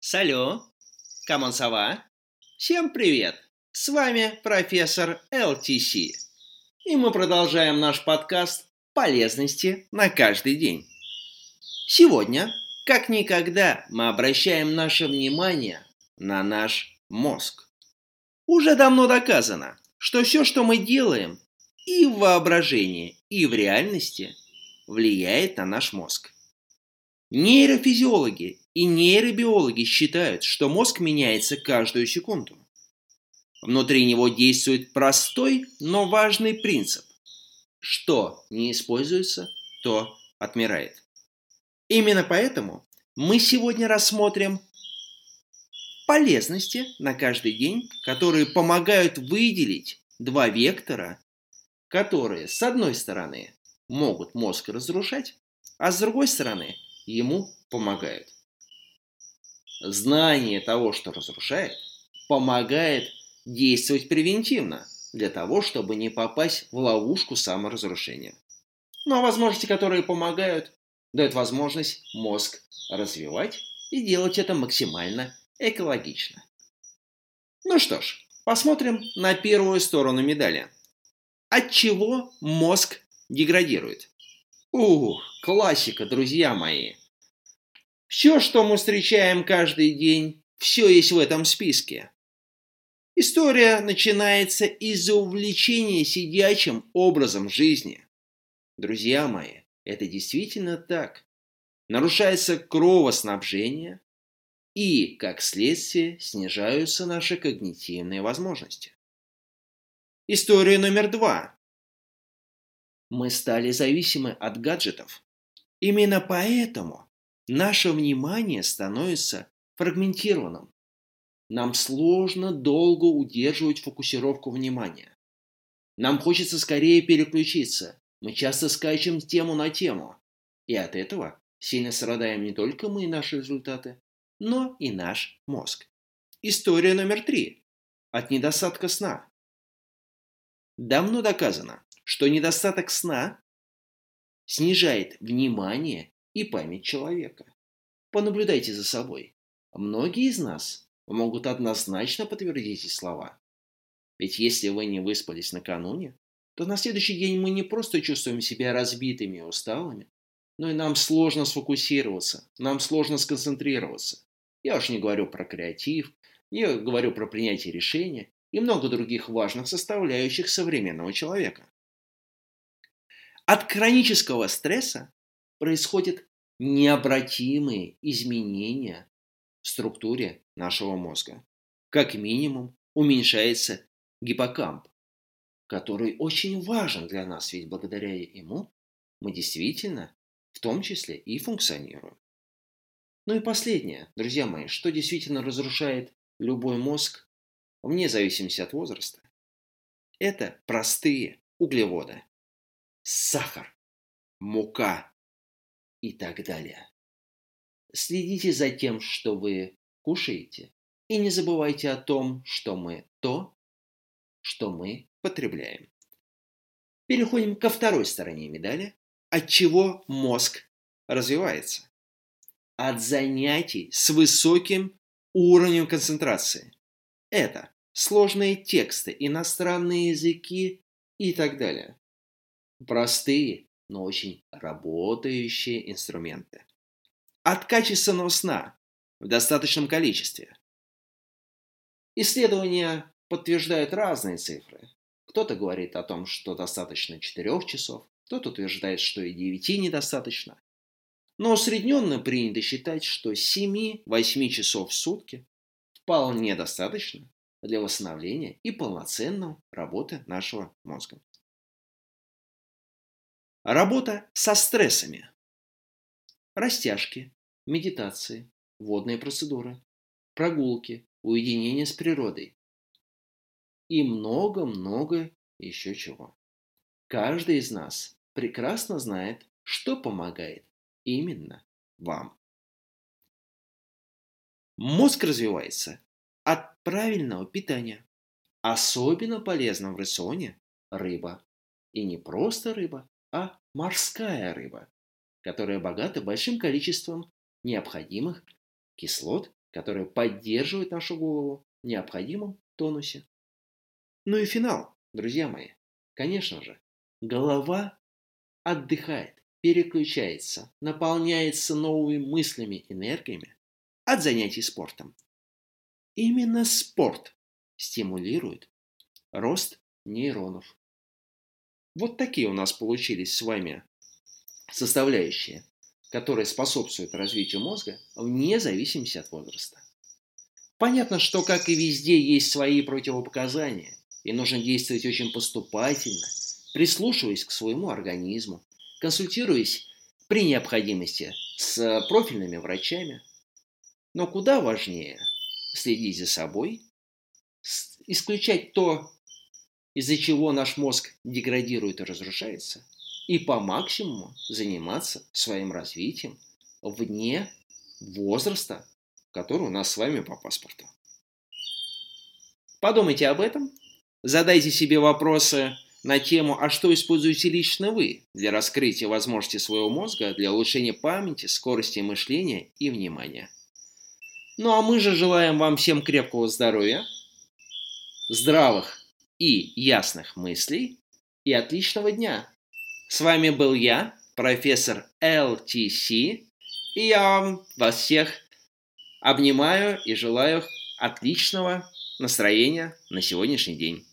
Салют, камон сова. Всем привет! С вами профессор ЛТС. И мы продолжаем наш подкаст «Полезности на каждый день». Сегодня, как никогда, мы обращаем наше внимание на наш мозг. Уже давно доказано, что все, что мы делаем и в воображении, и в реальности, влияет на наш мозг. Нейрофизиологи и нейробиологи считают, что мозг меняется каждую секунду. Внутри него действует простой, но важный принцип. Что не используется, то отмирает. Именно поэтому мы сегодня рассмотрим полезности на каждый день, которые помогают выделить два вектора, которые, с одной стороны, могут мозг разрушать, а с другой стороны, ему помогают. Знание того, что разрушает, помогает действовать превентивно, для того, чтобы не попасть в ловушку саморазрушения. Ну а возможности, которые помогают, дают возможность мозг развивать и делать это максимально экологично. Ну что ж, посмотрим на первую сторону медали. От чего мозг деградирует? Классика, друзья мои. Все, что мы встречаем каждый день, все есть в этом списке. История начинается из-за увлечения сидячим образом жизни. Друзья мои, это действительно так. Нарушается кровоснабжение и, как следствие, снижаются наши когнитивные возможности. История номер 2. Мы стали зависимы от гаджетов. Именно поэтому наше внимание становится фрагментированным. Нам сложно долго удерживать фокусировку внимания. Нам хочется скорее переключиться. Мы часто скачем тему на тему. И от этого сильно страдаем не только мы и наши результаты, но и наш мозг. История номер 3. От недостатка сна. Давно доказано, что недостаток сна снижает внимание и память человека. Понаблюдайте за собой. Многие из нас могут однозначно подтвердить эти слова. Ведь если вы не выспались накануне, то на следующий день мы не просто чувствуем себя разбитыми и усталыми, но и нам сложно сфокусироваться, нам сложно сконцентрироваться. Я уж не говорю про креатив, не говорю про принятие решения и много других важных составляющих современного человека. От хронического стресса происходят необратимые изменения в структуре нашего мозга. Как минимум, уменьшается гиппокамп, который очень важен для нас, ведь благодаря ему мы действительно, в том числе, и функционируем. Ну и последнее, друзья мои, что действительно разрушает любой мозг, вне зависимости от возраста, это простые углеводы. Сахар, мука и так далее. Следите за тем, что вы кушаете, и не забывайте о том, что мы потребляем. Переходим ко второй стороне медали, от чего мозг развивается. От занятий с высоким уровнем концентрации. Это сложные тексты, иностранные языки и так далее. Простые, но очень работающие инструменты. От качественного сна в достаточном количестве. Исследования подтверждают разные цифры. Кто-то говорит о том, что достаточно 4 часов, кто-то утверждает, что и 9 недостаточно. Но усредненно принято считать, что 7-8 часов в сутки вполне достаточно для восстановления и полноценной работы нашего мозга. Работа со стрессами. Растяжки, медитации, водные процедуры, прогулки, уединение с природой и много-много еще чего. Каждый из нас прекрасно знает, что помогает именно вам. Мозг развивается от правильного питания. Особенно полезна в рационе рыба. И не просто рыба, а морская рыба, которая богата большим количеством необходимых кислот которые поддерживают нашу голову в необходимом тонусе. Ну и финал, друзья мои. Конечно же, голова отдыхает, переключается, наполняется новыми мыслями, энергиями от занятий спортом. Именно спорт стимулирует рост нейронов. Вот такие у нас получились с вами составляющие, которые способствуют развитию мозга вне зависимости от возраста. Понятно, что, как и везде, есть свои противопоказания, и нужно действовать очень поступательно, прислушиваясь к своему организму, консультируясь при необходимости с профильными врачами. Но куда важнее следить за собой, исключать то, из-за чего наш мозг деградирует и разрушается, и по максимуму заниматься своим развитием вне возраста, который у нас с вами по паспорту. Подумайте об этом, задайте себе вопросы на тему, а что используете лично вы для раскрытия возможностей своего мозга, для улучшения памяти, скорости мышления и внимания. Ну а мы же желаем вам всем крепкого здоровья, здравых и ясных мыслей и отличного дня. С вами был я, профессор ЛТС, и я вас всех обнимаю и желаю отличного настроения на сегодняшний день.